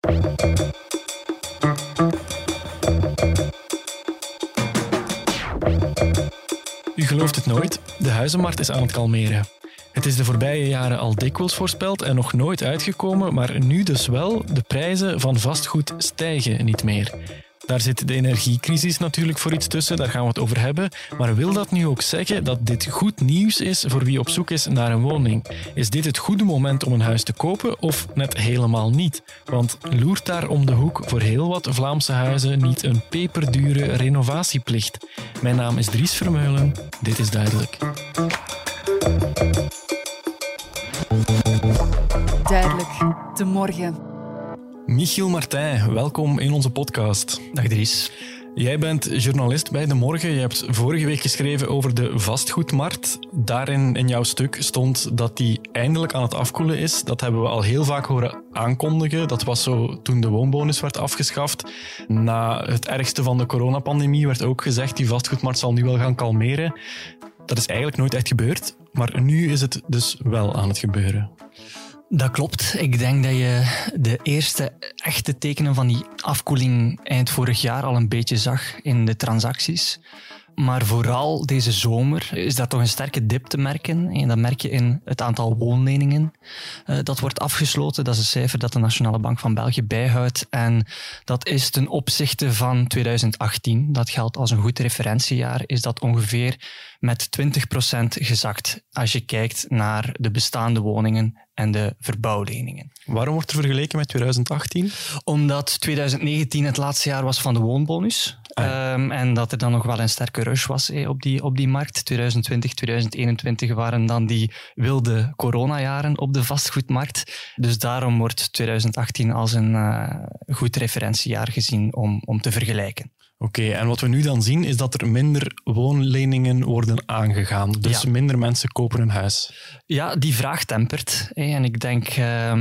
U gelooft het nooit, de huizenmarkt is aan het kalmeren. Het is de voorbije jaren al dikwijls voorspeld en nog nooit uitgekomen, maar nu dus wel, de prijzen van vastgoed stijgen niet meer. Daar zit de energiecrisis natuurlijk voor iets tussen, daar gaan we het over hebben. Maar wil dat nu ook zeggen dat dit goed nieuws is voor wie op zoek is naar een woning? Is dit het goede moment om een huis te kopen of net helemaal niet? Want loert daar om de hoek voor heel wat Vlaamse huizen niet een peperdure renovatieplicht? Mijn naam is Dries Vermeulen, dit is Duidelijk. Duidelijk, de morgen. Michiel Martijn, welkom in onze podcast. Dag Dries. Jij bent journalist bij De Morgen. Je hebt vorige week geschreven over de vastgoedmarkt. Daarin in jouw stuk stond dat die eindelijk aan het afkoelen is. Dat hebben we al heel vaak horen aankondigen. Dat was zo toen de woonbonus werd afgeschaft. Na het ergste van de coronapandemie werd ook gezegd die vastgoedmarkt zal nu wel gaan kalmeren. Dat is eigenlijk nooit echt gebeurd, maar nu is het dus wel aan het gebeuren. Dat klopt. Ik denk dat je de eerste echte tekenen van die afkoeling eind vorig jaar al een beetje zag in de transacties. Maar vooral deze zomer is daar toch een sterke dip te merken. En dat merk je in het aantal woonleningen dat wordt afgesloten. Dat is een cijfer dat de Nationale Bank van België bijhoudt. En dat is ten opzichte van 2018. Dat geldt als een goed referentiejaar. Is dat ongeveer met 20% gezakt als je kijkt naar de bestaande woningen en de verbouwleningen. Waarom wordt er vergeleken met 2018? Omdat 2019 het laatste jaar was van de woonbonus. En dat er dan nog wel een sterke rush was op die markt. 2020, 2021 waren dan die wilde coronajaren op de vastgoedmarkt. Dus daarom wordt 2018 als een goed referentiejaar gezien om te vergelijken. Oké, en wat we nu dan zien is dat er minder woonleningen worden aangegaan. Dus minder mensen kopen een huis. Ja, die vraag tempert. En ik denk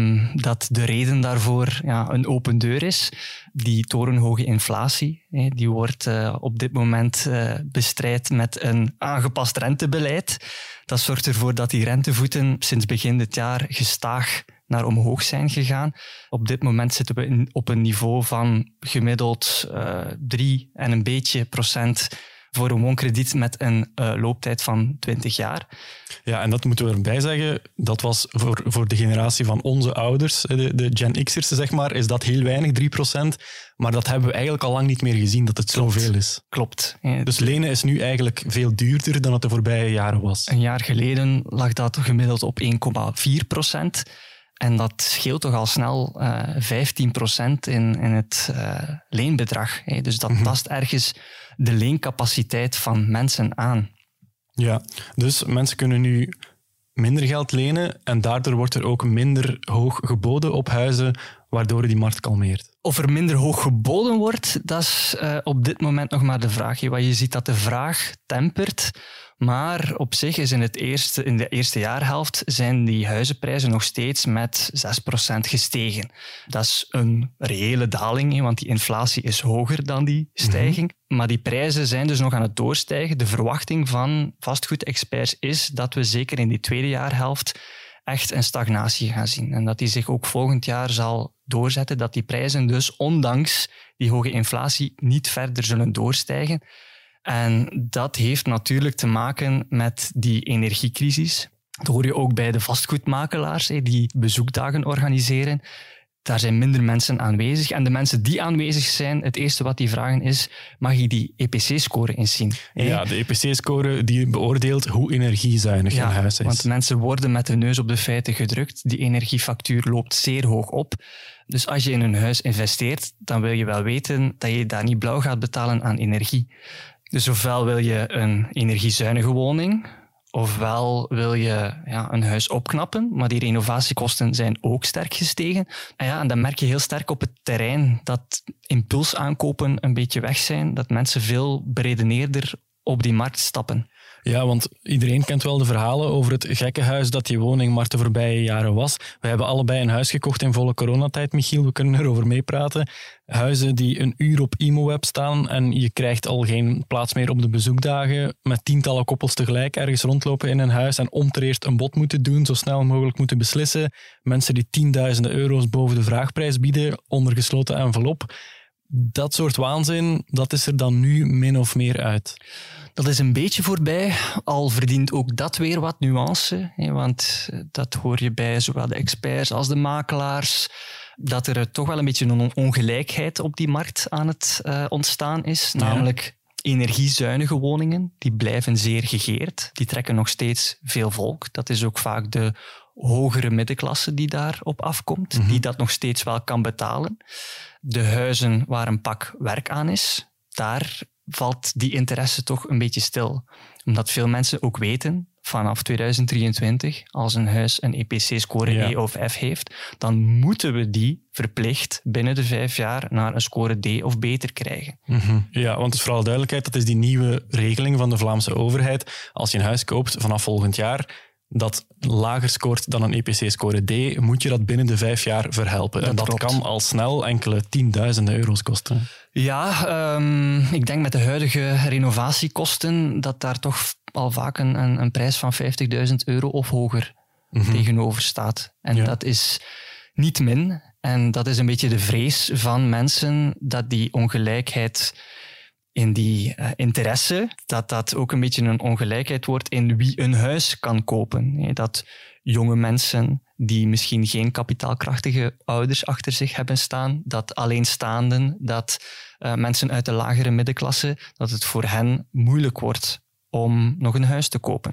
dat de reden daarvoor een open deur is. Die torenhoge inflatie, die wordt op dit moment bestrijd met een aangepast rentebeleid. Dat zorgt ervoor dat die rentevoeten sinds begin dit jaar gestaag naar omhoog zijn gegaan. Op dit moment zitten we op een niveau van gemiddeld 3 en een beetje procent voor een woonkrediet met een looptijd van 20 jaar. Ja, en dat moeten we erbij zeggen. Dat was voor de generatie van onze ouders, de Gen X'ers, zeg maar, is dat heel weinig, 3%. Maar dat hebben we eigenlijk al lang niet meer gezien, dat het zoveel is. Klopt. Dus lenen is nu eigenlijk veel duurder dan het de voorbije jaren was. Een jaar geleden lag dat gemiddeld op 1,4%. En dat scheelt toch al snel 15% in het leenbedrag. Dus dat tast ergens de leencapaciteit van mensen aan. Ja, dus mensen kunnen nu minder geld lenen en daardoor wordt er ook minder hoog geboden op huizen, waardoor die markt kalmeert. Of er minder hoog geboden wordt, dat is op dit moment nog maar de vraag. Want je ziet dat de vraag tempert. Maar op zich is in de eerste jaarhelft zijn die huizenprijzen nog steeds met 6% gestegen. Dat is een reële daling, want die inflatie is hoger dan die stijging. Maar die prijzen zijn dus nog aan het doorstijgen. De verwachting van vastgoedexperts is dat we zeker in die tweede jaarhelft echt een stagnatie gaan zien. En dat die zich ook volgend jaar zal doorzetten, dat die prijzen dus ondanks die hoge inflatie niet verder zullen doorstijgen. En dat heeft natuurlijk te maken met die energiecrisis. Dat hoor je ook bij de vastgoedmakelaars die bezoekdagen organiseren. Daar zijn minder mensen aanwezig. En de mensen die aanwezig zijn, het eerste wat die vragen is, mag je die EPC-score eens zien? Ja, de EPC-score die beoordeelt hoe energiezuinig een huis is. Want mensen worden met de neus op de feiten gedrukt. Die energiefactuur loopt zeer hoog op. Dus als je in een huis investeert, dan wil je wel weten dat je daar niet blauw gaat betalen aan energie. Dus ofwel wil je een energiezuinige woning, ofwel wil je een huis opknappen, maar die renovatiekosten zijn ook sterk gestegen. En dan merk je heel sterk op het terrein dat impulsaankopen een beetje weg zijn, dat mensen veel beredeneerder op die markt stappen. Ja, want iedereen kent wel de verhalen over het gekke huis dat die woning maar de voorbije jaren was. We hebben allebei een huis gekocht in volle coronatijd, Michiel. We kunnen erover meepraten. Huizen die een uur op ImoWeb staan en je krijgt al geen plaats meer op de bezoekdagen. Met tientallen koppels tegelijk ergens rondlopen in een huis en om te eerst een bod moeten doen, zo snel mogelijk moeten beslissen. Mensen die tienduizenden euro's boven de vraagprijs bieden, onder gesloten envelop. Dat soort waanzin, dat is er dan nu min of meer uit. Dat is een beetje voorbij, al verdient ook dat weer wat nuance. Want dat hoor je bij zowel de experts als de makelaars, dat er toch wel een beetje een ongelijkheid op die markt aan het ontstaan is. Ja. Namelijk energiezuinige woningen, die blijven zeer gegeerd. Die trekken nog steeds veel volk. Dat is ook vaak de hogere middenklasse die daarop afkomt, die dat nog steeds wel kan betalen. De huizen waar een pak werk aan is, daar valt die interesse toch een beetje stil. Omdat veel mensen ook weten, vanaf 2023, als een huis een EPC-score E of F heeft, dan moeten we die verplicht binnen de 5 jaar naar een score D of beter krijgen. Ja, want het is vooral duidelijkheid, dat is die nieuwe regeling van de Vlaamse overheid. Als je een huis koopt vanaf volgend jaar dat lager scoort dan een EPC-score D, moet je dat binnen de 5 jaar verhelpen. En dat kan al snel enkele tienduizenden euro's kosten. Ja, ik denk met de huidige renovatiekosten dat daar toch al vaak een prijs van 50.000 euro of hoger tegenover staat. En dat is niet min. En dat is een beetje de vrees van mensen dat die ongelijkheid in die interesse, dat ook een beetje een ongelijkheid wordt in wie een huis kan kopen. Dat jonge mensen die misschien geen kapitaalkrachtige ouders achter zich hebben staan, dat alleenstaanden, dat mensen uit de lagere middenklasse, dat het voor hen moeilijk wordt om nog een huis te kopen.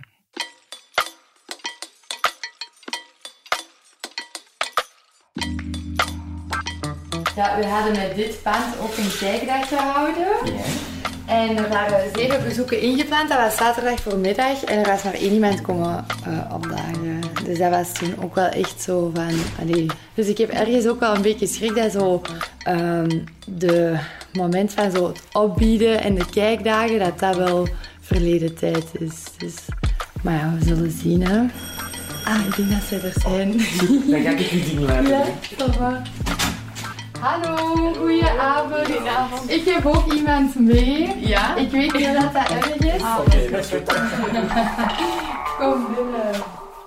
Ja, we hadden met dit pand ook een kijkdag gehouden. Ja. En er waren 7 bezoeken ingepland. Dat was zaterdag voormiddag. En er was maar 1 iemand komen opdagen. Dus dat was toen ook wel echt zo van... Allee. Dus ik heb ergens ook wel een beetje schrik dat zo... de moment van zo het opbieden en de kijkdagen, dat wel verleden tijd is. Dus, maar ja, we zullen zien, hè. Ah, ik denk dat ze er zijn. Dan ga ik je ding laten. Ja, dat waar. Hallo, goedenavond. Goedenavond. Ik heb ook iemand mee. Ja? Ik weet niet dat dat erg is. Oké, dat is goed. Kom binnen.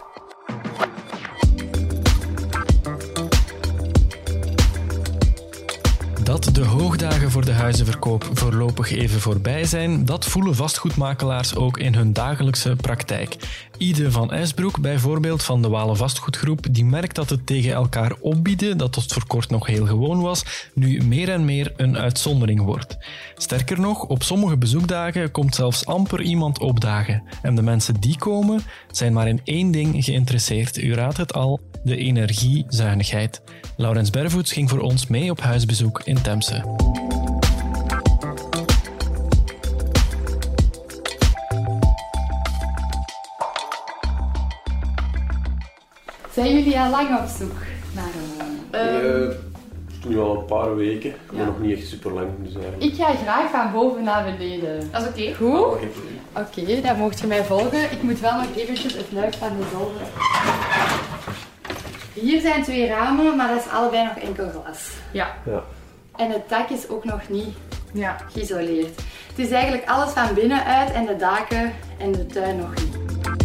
Dat de hoogdagen voor de huizenverkoop voorlopig even voorbij zijn, dat voelen vastgoedmakelaars ook in hun dagelijkse praktijk. Ide van Esbroek, bijvoorbeeld van de Walen Vastgoedgroep, die merkt dat het tegen elkaar opbieden, dat tot voor kort nog heel gewoon was, nu meer en meer een uitzondering wordt. Sterker nog, op sommige bezoekdagen komt zelfs amper iemand opdagen. En de mensen die komen, zijn maar in 1 ding geïnteresseerd. U raadt het al, de energiezuinigheid. Laurens Bervoets ging voor ons mee op huisbezoek in Temse. Zijn jullie al lang op zoek naar een woning? Nu al een paar weken, maar nog niet echt super lang. Dus ik ga graag van boven naar beneden. Dat is oké. Goed? Oké, dan mocht je mij volgen. Ik moet wel nog eventjes het luik van de zolder. Hier zijn 2 ramen, maar dat is allebei nog enkel glas. Ja. En het dak is ook nog niet geïsoleerd. Het is eigenlijk alles van binnenuit en de daken en de tuin nog niet.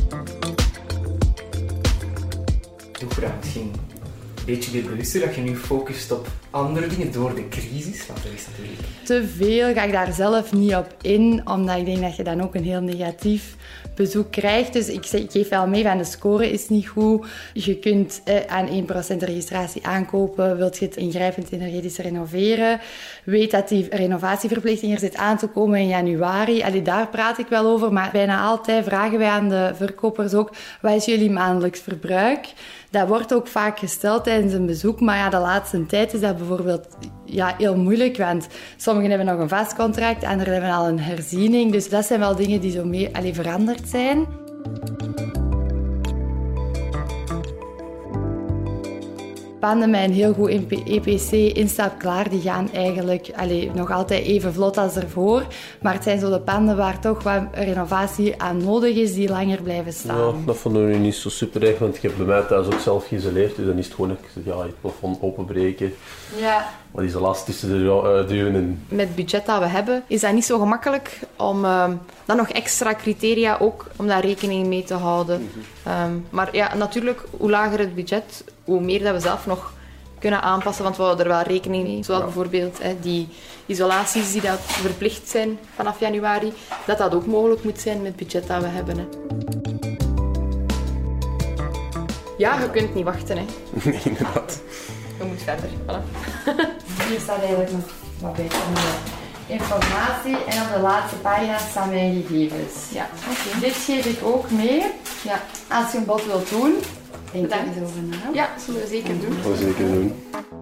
Toegeruimd ging een beetje weer bewuster dat je nu focust op andere dingen door de crisis. Want dat is natuurlijk... Te veel ga ik daar zelf niet op in, omdat ik denk dat je dan ook een heel negatief bezoek krijgt. Dus ik geef wel mee van de score is niet goed. Je kunt aan 1% de registratie aankopen. Wilt je het ingrijpend energetisch renoveren? Weet dat die renovatieverplichting er zit aan te komen in januari. Allee, daar praat ik wel over. Maar bijna altijd vragen wij aan de verkopers ook, wat is jullie maandelijks verbruik? Dat wordt ook vaak gesteld tijdens een bezoek. Maar ja, de laatste tijd is dat bijvoorbeeld heel moeilijk. Want sommigen hebben nog een vast contract, anderen hebben al een herziening. Dus dat zijn wel dingen die zo veranderd zijn. panden met een heel goed EPC, instapklaar, die gaan eigenlijk nog altijd even vlot als ervoor. Maar het zijn zo de panden waar toch wat renovatie aan nodig is, die langer blijven staan. Ja, dat vonden we niet zo super erg, want ik heb bij mij thuis ook zelf geïsoleerd. Dus dan is het gewoon het plafond openbreken. Ja. Wat is de last tussen de deuren? Met het budget dat we hebben, is dat niet zo gemakkelijk om dan nog extra criteria ook om daar rekening mee te houden. Maar ja, natuurlijk, hoe lager het budget, hoe meer dat we zelf nog kunnen aanpassen, want we houden er wel rekening mee. Zoals bijvoorbeeld die isolaties die dat verplicht zijn vanaf januari, dat ook mogelijk moet zijn met het budget dat we hebben. Hè. Ja, je kunt niet wachten. Hè. Nee, inderdaad. Je moet verder. Voilà. Hier staat eigenlijk nog wat beter informatie en op de laatste pagina staan mijn gegevens. Ja, oké. Dit geef ik ook mee. Ja. Als je een bod wilt doen, denk er Bedankt. eens over na. Ja, dat zullen we zeker doen. Dat we zeker doen.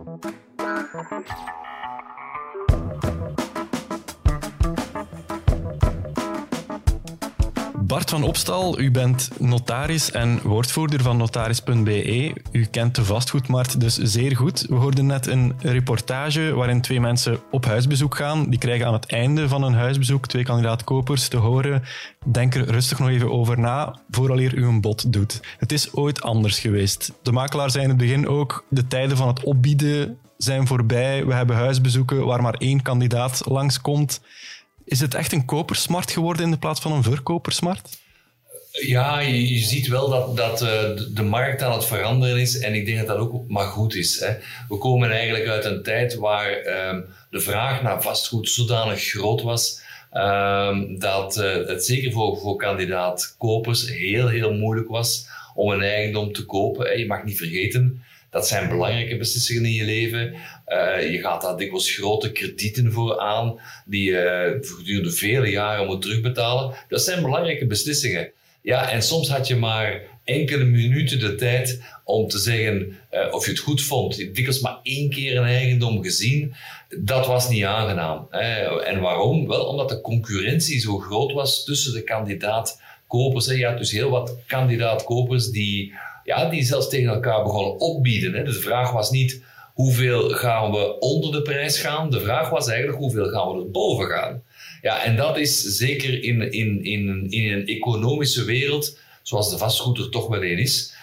Bart van Opstal, u bent notaris en woordvoerder van notaris.be. U kent de vastgoedmarkt dus zeer goed. We hoorden net een reportage waarin 2 mensen op huisbezoek gaan. Die krijgen aan het einde van een huisbezoek 2 kandidaat-kopers te horen. Denk er rustig nog even over na, vooraleer u een bod doet. Het is ooit anders geweest. De makelaar zei in het begin ook, de tijden van het opbieden zijn voorbij. We hebben huisbezoeken waar maar 1 kandidaat langskomt. Is het echt een kopersmarkt geworden in de plaats van een verkopersmarkt? Ja, je ziet wel dat de markt aan het veranderen is en ik denk dat dat ook maar goed is. Hè. We komen eigenlijk uit een tijd waar de vraag naar vastgoed zodanig groot was dat het zeker voor kandidaat-kopers heel moeilijk was om een eigendom te kopen. Je mag niet vergeten, dat zijn belangrijke beslissingen in je leven. Je gaat daar dikwijls grote kredieten voor aan, die je gedurende vele jaren moet terugbetalen. Dat zijn belangrijke beslissingen. Ja, en soms had je maar enkele minuten de tijd om te zeggen of je het goed vond. Je hebt dikwijls maar 1 keer een eigendom gezien. Dat was niet aangenaam. En waarom? Wel omdat de concurrentie zo groot was tussen de kandidaat-kopers. Je had dus heel wat kandidaat-kopers die zelfs tegen elkaar begonnen opbieden. Dus de vraag was niet hoeveel gaan we onder de prijs gaan. De vraag was eigenlijk hoeveel gaan we erboven gaan. Ja, en dat is zeker in een economische wereld, zoals de vastgoed er toch wel een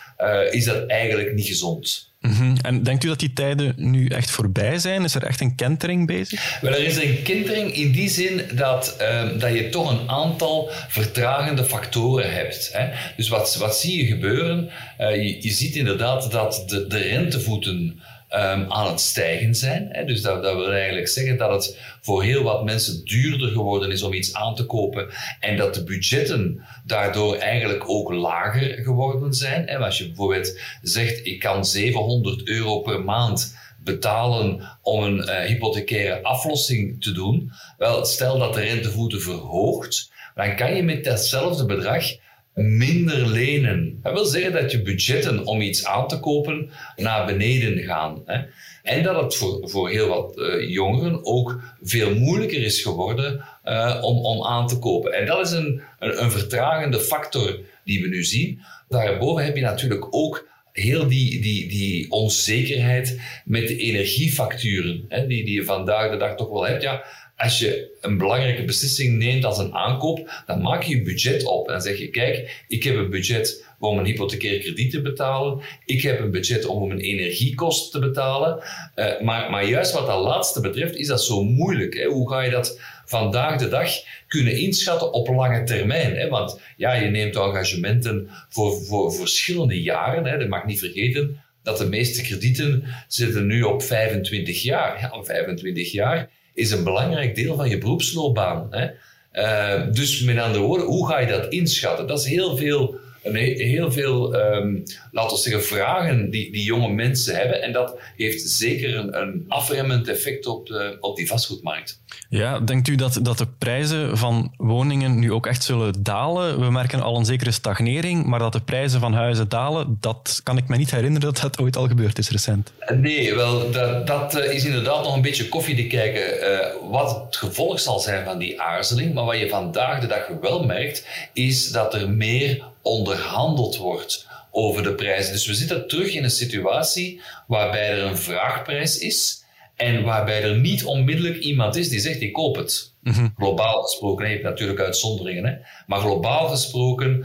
is dat eigenlijk niet gezond. En denkt u dat die tijden nu echt voorbij zijn? Is er echt een kentering bezig? Wel, er is een kentering in die zin dat je toch een aantal vertragende factoren hebt. Hè? Dus wat zie je gebeuren? Je ziet inderdaad dat de rentevoeten aan het stijgen zijn. Hè? Dus dat wil eigenlijk zeggen dat het voor heel wat mensen duurder geworden is om iets aan te kopen en dat de budgetten daardoor eigenlijk ook lager geworden zijn. En als je bijvoorbeeld zegt, ik kan €700 per maand betalen om een hypothecaire aflossing te doen. Wel, stel dat de rentevoeten verhoogt, dan kan je met datzelfde bedrag minder lenen. Dat wil zeggen dat je budgetten om iets aan te kopen naar beneden gaan. Hè? En dat het voor heel wat jongeren ook veel moeilijker is geworden om aan te kopen. En dat is een vertragende factor die we nu zien. Daarboven heb je natuurlijk ook heel die onzekerheid met de energiefacturen, hè, die je vandaag de dag toch wel hebt. Ja, als je een belangrijke beslissing neemt als een aankoop, dan maak je je budget op. En dan zeg je, kijk, ik heb een budget om een hypothecair krediet te betalen. Ik heb een budget om een energiekost te betalen. Maar juist wat dat laatste betreft, is dat zo moeilijk. Hè? Hoe ga je dat vandaag de dag kunnen inschatten op lange termijn? Hè? Want ja, je neemt engagementen voor verschillende jaren. Hè? Je mag niet vergeten dat de meeste kredieten zitten nu op 25 jaar. Ja, 25 jaar is een belangrijk deel van je beroepsloopbaan. Hè? Dus met andere woorden, hoe ga je dat inschatten? Dat is heel veel, laten we zeggen, vragen die jonge mensen hebben. En dat heeft zeker een afremmend effect op die vastgoedmarkt. Ja, denkt u dat de prijzen van woningen nu ook echt zullen dalen? We merken al een zekere stagnering, maar dat de prijzen van huizen dalen, dat kan ik me niet herinneren dat dat ooit al gebeurd is recent. Nee, wel, dat is inderdaad nog een beetje koffie te kijken wat het gevolg zal zijn van die aarzeling. Maar wat je vandaag de dag wel merkt, is dat er meer onderhandeld wordt over de prijzen. Dus we zitten terug in een situatie waarbij er een vraagprijs is en waarbij er niet onmiddellijk iemand is die zegt, ik koop het. Mm-hmm. Globaal gesproken, je hebt natuurlijk uitzonderingen, hè? Maar globaal gesproken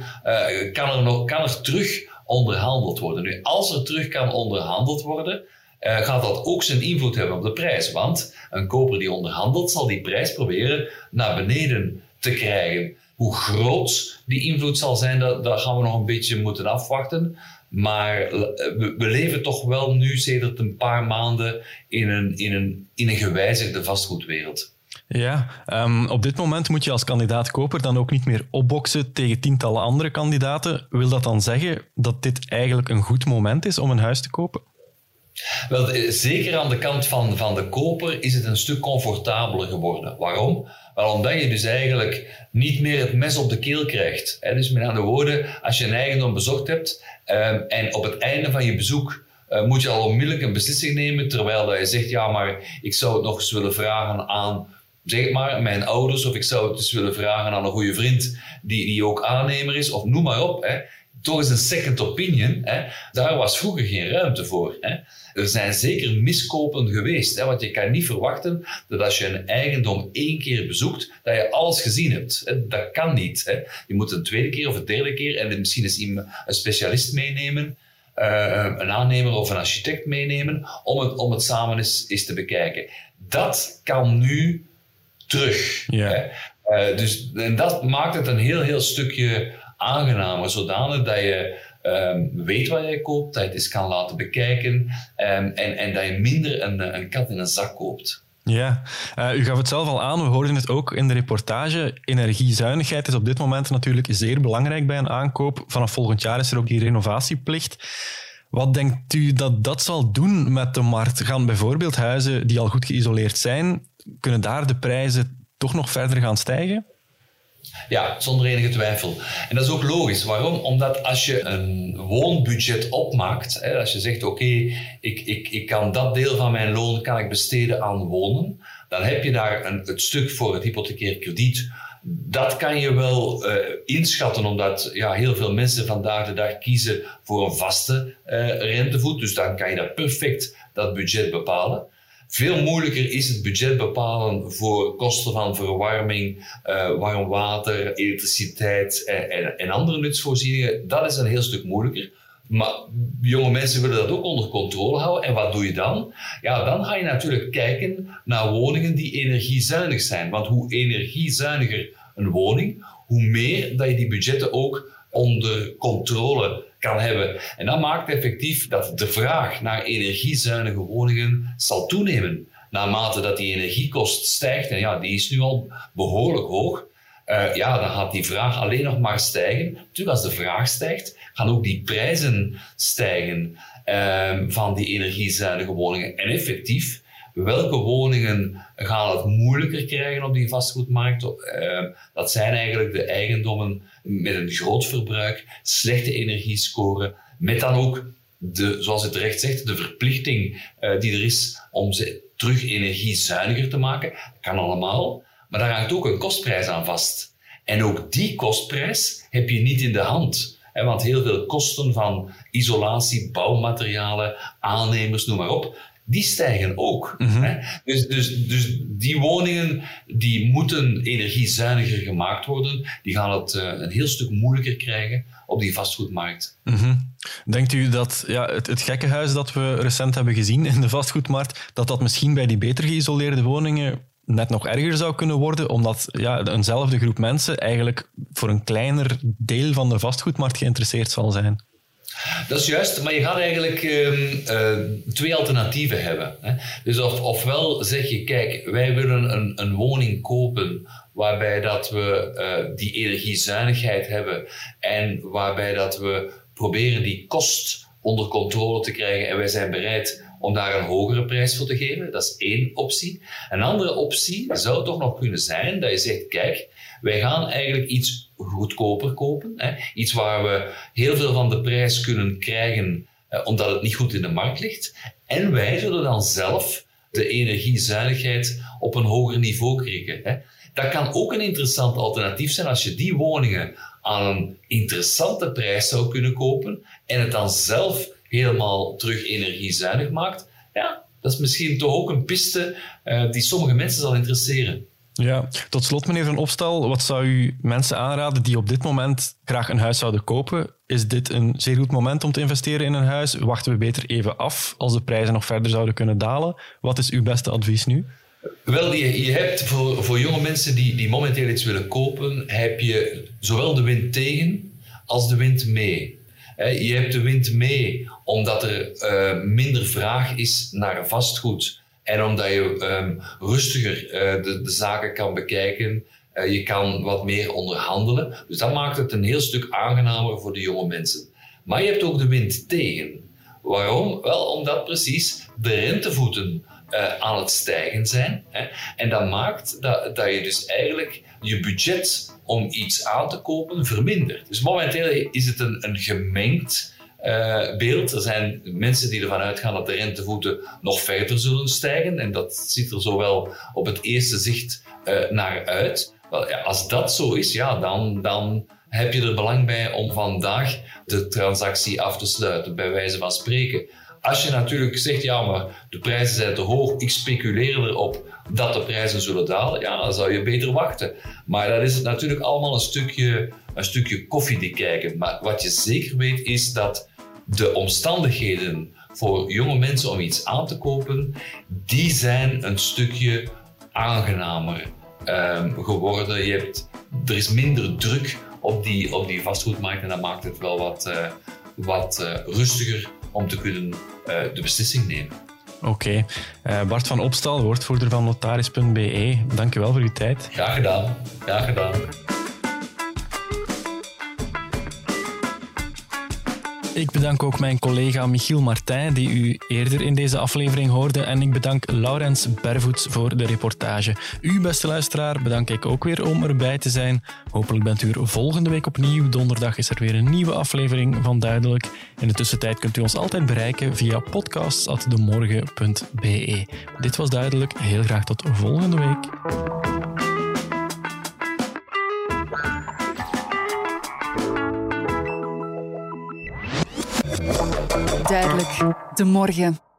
kan er terug onderhandeld worden. Nu, als er terug kan onderhandeld worden, gaat dat ook zijn invloed hebben op de prijs. Want een koper die onderhandelt, zal die prijs proberen naar beneden te krijgen. Hoe groot die invloed zal zijn, dat gaan we nog een beetje moeten afwachten. Maar we leven toch wel nu, sedert een paar maanden, in een gewijzigde vastgoedwereld. Ja, op dit moment moet je als kandidaat koper dan ook niet meer opboksen tegen tientallen andere kandidaten. Wil dat dan zeggen dat dit eigenlijk een goed moment is om een huis te kopen? Wel, zeker aan de kant van de koper is het een stuk comfortabeler geworden. Waarom? Wel, omdat je dus eigenlijk niet meer het mes op de keel krijgt. Dus met andere woorden, als je een eigendom bezocht hebt en op het einde van je bezoek moet je al onmiddellijk een beslissing nemen, terwijl dat je zegt, ja, maar ik zou het nog eens willen vragen aan, zeg maar, mijn ouders, of ik zou het eens willen vragen aan een goede vriend die ook aannemer is, of noem maar op. Toch is een second opinion, daar was vroeger geen ruimte voor. Er zijn zeker miskopen geweest, want je kan niet verwachten dat als je een eigendom 1 keer bezoekt, dat je alles gezien hebt. Dat kan niet. Je moet een tweede keer of een derde keer en misschien eens een specialist meenemen, een aannemer of een architect meenemen, om het samen eens te bekijken. Dat kan nu terug. Yeah. Dus, en dat maakt het een heel stukje aangenamer, zodanig dat je weet wat je koopt, dat je het eens kan laten bekijken en dat je minder een kat in een zak koopt. Ja, u gaf het zelf al aan, we hoorden het ook in de reportage. Energiezuinigheid is op dit moment natuurlijk zeer belangrijk bij een aankoop. Vanaf volgend jaar is er ook die renovatieplicht. Wat denkt u dat zal doen met de markt? Gaan bijvoorbeeld huizen die al goed geïsoleerd zijn, kunnen daar de prijzen toch nog verder gaan stijgen? Ja, zonder enige twijfel. En dat is ook logisch. Waarom? Omdat als je een woonbudget opmaakt, als je zegt, oké, ik kan dat deel van mijn loon kan ik besteden aan wonen, dan heb je daar het stuk voor het hypothecair krediet. Dat kan je wel inschatten, omdat heel veel mensen vandaag de dag kiezen voor een vaste rentevoet. Dus dan kan je dat perfect, dat budget bepalen. Veel moeilijker is het budget bepalen voor kosten van verwarming, warm water, elektriciteit en andere nutsvoorzieningen. Dat is een heel stuk moeilijker. Maar jonge mensen willen dat ook onder controle houden. En wat doe je dan? Ja, dan ga je natuurlijk kijken naar woningen die energiezuinig zijn. Want hoe energiezuiniger een woning, hoe meer dat je die budgetten ook onder controle kan hebben. En dat maakt effectief dat de vraag naar energiezuinige woningen zal toenemen. Naarmate dat die energiekost stijgt, en die is nu al behoorlijk hoog, dan gaat die vraag alleen nog maar stijgen. Natuurlijk, als de vraag stijgt, gaan ook die prijzen stijgen van die energiezuinige woningen. En effectief, welke woningen gaan het moeilijker krijgen op die vastgoedmarkt? Dat zijn eigenlijk de eigendommen met een groot verbruik, slechte energiescore, met dan ook, zoals het terecht zegt, de verplichting die er is om ze terug energiezuiniger te maken. Dat kan allemaal, maar daar hangt ook een kostprijs aan vast. En ook die kostprijs heb je niet in de hand. Want heel veel kosten van isolatie, bouwmaterialen, aannemers, noem maar op, die stijgen ook. Mm-hmm. Dus die woningen die moeten energiezuiniger gemaakt worden, die gaan het een heel stuk moeilijker krijgen op die vastgoedmarkt. Mm-hmm. Denkt u dat het gekkenhuis dat we recent hebben gezien in de vastgoedmarkt, dat misschien bij die beter geïsoleerde woningen net nog erger zou kunnen worden, omdat eenzelfde groep mensen eigenlijk voor een kleiner deel van de vastgoedmarkt geïnteresseerd zal zijn? Dat is juist, maar je gaat eigenlijk 2 alternatieven hebben. Dus ofwel zeg je, kijk, wij willen een woning kopen waarbij dat we die energiezuinigheid hebben en waarbij dat we proberen die kost onder controle te krijgen en wij zijn bereid om daar een hogere prijs voor te geven. Dat is 1 optie. Een andere optie zou toch nog kunnen zijn dat je zegt, kijk, wij gaan eigenlijk iets goedkoper kopen. Iets waar we heel veel van de prijs kunnen krijgen omdat het niet goed in de markt ligt. En wij zullen dan zelf de energiezuinigheid op een hoger niveau krijgen. Dat kan ook een interessant alternatief zijn als je die woningen aan een interessante prijs zou kunnen kopen en het dan zelf helemaal terug energiezuinig maakt. Ja, dat is misschien toch ook een piste die sommige mensen zal interesseren. Ja, tot slot, meneer Van Opstal, wat zou u mensen aanraden die op dit moment graag een huis zouden kopen? Is dit een zeer goed moment om te investeren in een huis? Wachten we beter even af als de prijzen nog verder zouden kunnen dalen? Wat is uw beste advies nu? Wel, je hebt voor jonge mensen die momenteel iets willen kopen, heb je zowel de wind tegen als de wind mee. Je hebt de wind mee omdat er minder vraag is naar vastgoed. En omdat je rustiger de zaken kan bekijken, je kan wat meer onderhandelen. Dus dat maakt het een heel stuk aangenamer voor de jonge mensen. Maar je hebt ook de wind tegen. Waarom? Wel omdat precies de rentevoeten aan het stijgen zijn. Hè? En dat maakt dat je dus eigenlijk je budget om iets aan te kopen vermindert. Dus momenteel is het een gemengd beeld. Er zijn mensen die ervan uitgaan dat de rentevoeten nog verder zullen stijgen. En dat ziet er zowel op het eerste zicht naar uit. Wel, ja, als dat zo is, ja, dan heb je er belang bij om vandaag de transactie af te sluiten, bij wijze van spreken. Als je natuurlijk zegt, ja, maar de prijzen zijn te hoog, ik speculeer erop dat de prijzen zullen dalen, ja, dan zou je beter wachten. Maar dat is natuurlijk allemaal een stukje koffiedik kijken. Maar wat je zeker weet is dat de omstandigheden voor jonge mensen om iets aan te kopen, die zijn een stukje aangenamer geworden. Er is minder druk op die vastgoedmarkt en dat maakt het wel wat rustiger om te kunnen de beslissing nemen. Oké. Bart van Opstal, woordvoerder van notaris.be. Dank u wel voor uw tijd. Graag gedaan. Graag gedaan. Ik bedank ook mijn collega Michiel Martijn, die u eerder in deze aflevering hoorde. En ik bedank Laurens Bervoets voor de reportage. U, beste luisteraar, bedank ik ook weer om erbij te zijn. Hopelijk bent u er volgende week opnieuw. Donderdag is er weer een nieuwe aflevering van Duidelijk. In de tussentijd kunt u ons altijd bereiken via podcasts@demorgen.be. Dit was Duidelijk. Heel graag tot volgende week. Duidelijk, de morgen.